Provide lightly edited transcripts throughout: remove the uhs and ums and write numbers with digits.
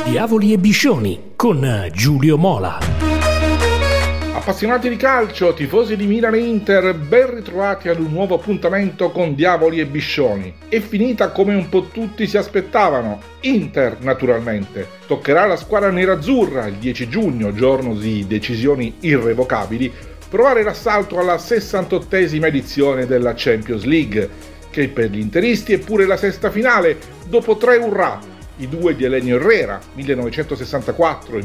Diavoli e Biscioni con Giulio Mola. Appassionati di calcio, tifosi di Milan e Inter, ben ritrovati ad un nuovo appuntamento con Diavoli e Biscioni. È finita come un po' tutti si aspettavano. Inter, naturalmente. Toccherà alla squadra nerazzurra il 10 giugno, giorno di decisioni irrevocabili, provare l'assalto alla 68esima edizione della Champions League, che per gli interisti è pure la sesta finale, dopo 3 urrà. I due di Elenio Herrera, 1964 e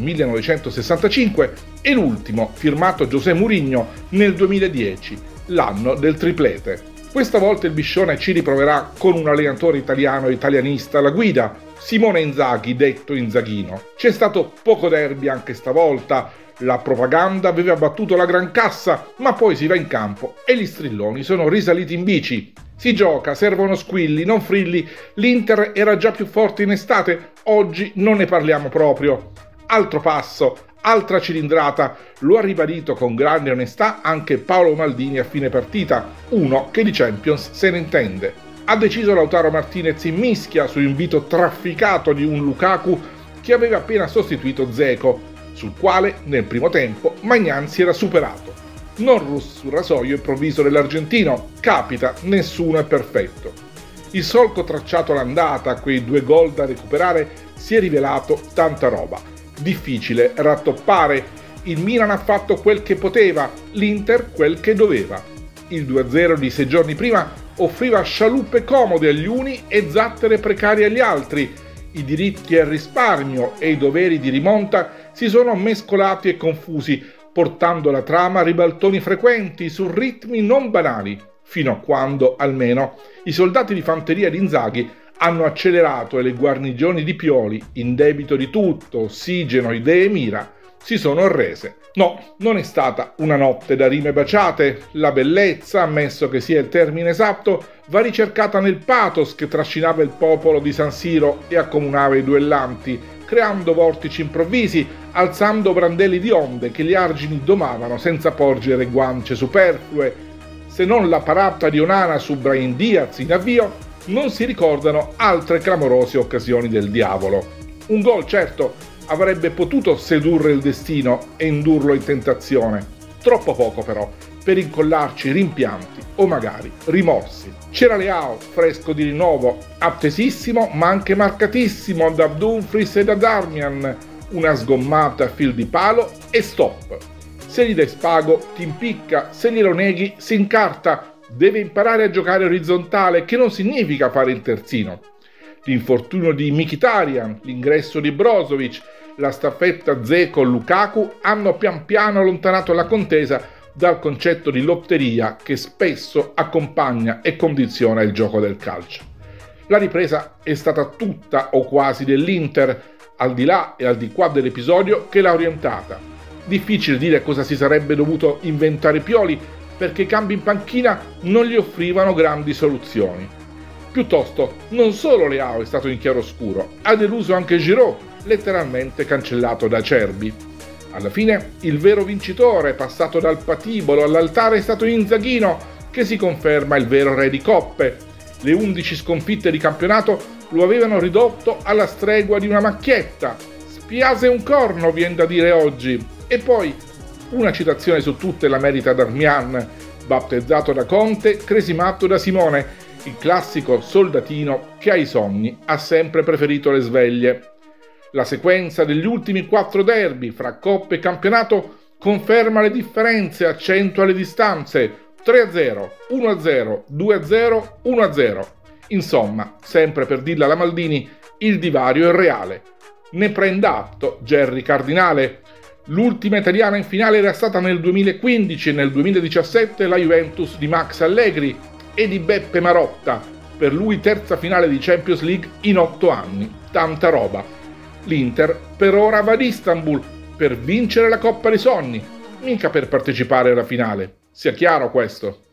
1965, e l'ultimo, firmato José Mourinho, nel 2010, l'anno del triplete. Questa volta il Biscione ci riproverà con un allenatore italiano e italianista alla guida, Simone Inzaghi, detto Inzaghino. C'è stato poco derby anche stavolta, la propaganda aveva battuto la gran cassa, ma poi si va in campo e gli strilloni sono risaliti in bici. Si gioca, servono squilli, non frilli, l'Inter era già più forte in estate, oggi non ne parliamo proprio. Altro passo, altra cilindrata, lo ha ribadito con grande onestà anche Paolo Maldini a fine partita, uno che di Champions se ne intende. Ha deciso Lautaro Martinez in mischia su invito trafficato di un Lukaku che aveva appena sostituito Dzeko, sul quale nel primo tempo Maignan si era superato. Non russo sul rasoio improvviso dell'argentino, capita, nessuno è perfetto. Il solco tracciato all'andata, quei 2 gol da recuperare, si è rivelato tanta roba. Difficile rattoppare, il Milan ha fatto quel che poteva, l'Inter quel che doveva. Il 2-0 di 6 giorni prima offriva scialuppe comode agli uni e zattere precarie agli altri. I diritti al risparmio e i doveri di rimonta si sono mescolati e confusi, portando la trama a ribaltoni frequenti su ritmi non banali, fino a quando, almeno, i soldati di fanteria di Inzaghi hanno accelerato e le guarnigioni di Pioli, in debito di tutto, ossigeno, idee e mira, si sono arrese. No, non è stata una notte da rime baciate, la bellezza, ammesso che sia il termine esatto, va ricercata nel pathos che trascinava il popolo di San Siro e accomunava i duellanti, creando vortici improvvisi, alzando brandelli di onde che gli argini domavano senza porgere guance superflue. Se non la parata di Onana su Brahim Diaz in avvio, non si ricordano altre clamorose occasioni del diavolo. Un gol, certo, avrebbe potuto sedurre il destino e indurlo in tentazione. Troppo poco però, per incollarci rimpianti o magari rimorsi. C'era Leao, fresco di rinnovo, attesissimo ma anche marcatissimo da Dumfries e da Darmian, una sgommata a fil di palo e stop. Se gli dai spago ti impicca, se glielo neghi si incarta, deve imparare a giocare orizzontale, che non significa fare il terzino. L'infortunio di Mkhitaryan, l'ingresso di Brozovic, la staffetta Dzeko-Lukaku hanno pian piano allontanato la contesa dal concetto di lotteria che spesso accompagna e condiziona il gioco del calcio. La ripresa è stata tutta o quasi dell'Inter, al di là e al di qua dell'episodio che l'ha orientata. Difficile dire cosa si sarebbe dovuto inventare Pioli, perché i cambi in panchina non gli offrivano grandi soluzioni. Piuttosto, non solo Leao è stato in chiaroscuro, ha deluso anche Giroud, letteralmente cancellato da Acerbi. Alla fine, il vero vincitore, passato dal patibolo all'altare, è stato Inzaghino, che si conferma il vero re di coppe. Le 11 sconfitte di campionato lo avevano ridotto alla stregua di una macchietta. Spiase un corno, viene da dire oggi. E poi, una citazione su tutte la merita Darmian, battezzato da Conte, cresimato da Simone, il classico soldatino che ai sogni ha sempre preferito le sveglie. La sequenza degli ultimi 4 derby fra Coppa e campionato conferma le differenze, accentua le distanze. 3-0, 1-0, 2-0, 1-0. Insomma, sempre per dirla alla Maldini, il divario è reale. Ne prenda atto Gerry Cardinale. L'ultima italiana in finale era stata nel 2015 e nel 2017 la Juventus di Max Allegri e di Beppe Marotta. Per lui terza finale di Champions League in 8 anni. Tanta roba. L'Inter per ora va ad Istanbul per vincere la Coppa dei Sogni, mica per partecipare alla finale. Sia chiaro questo.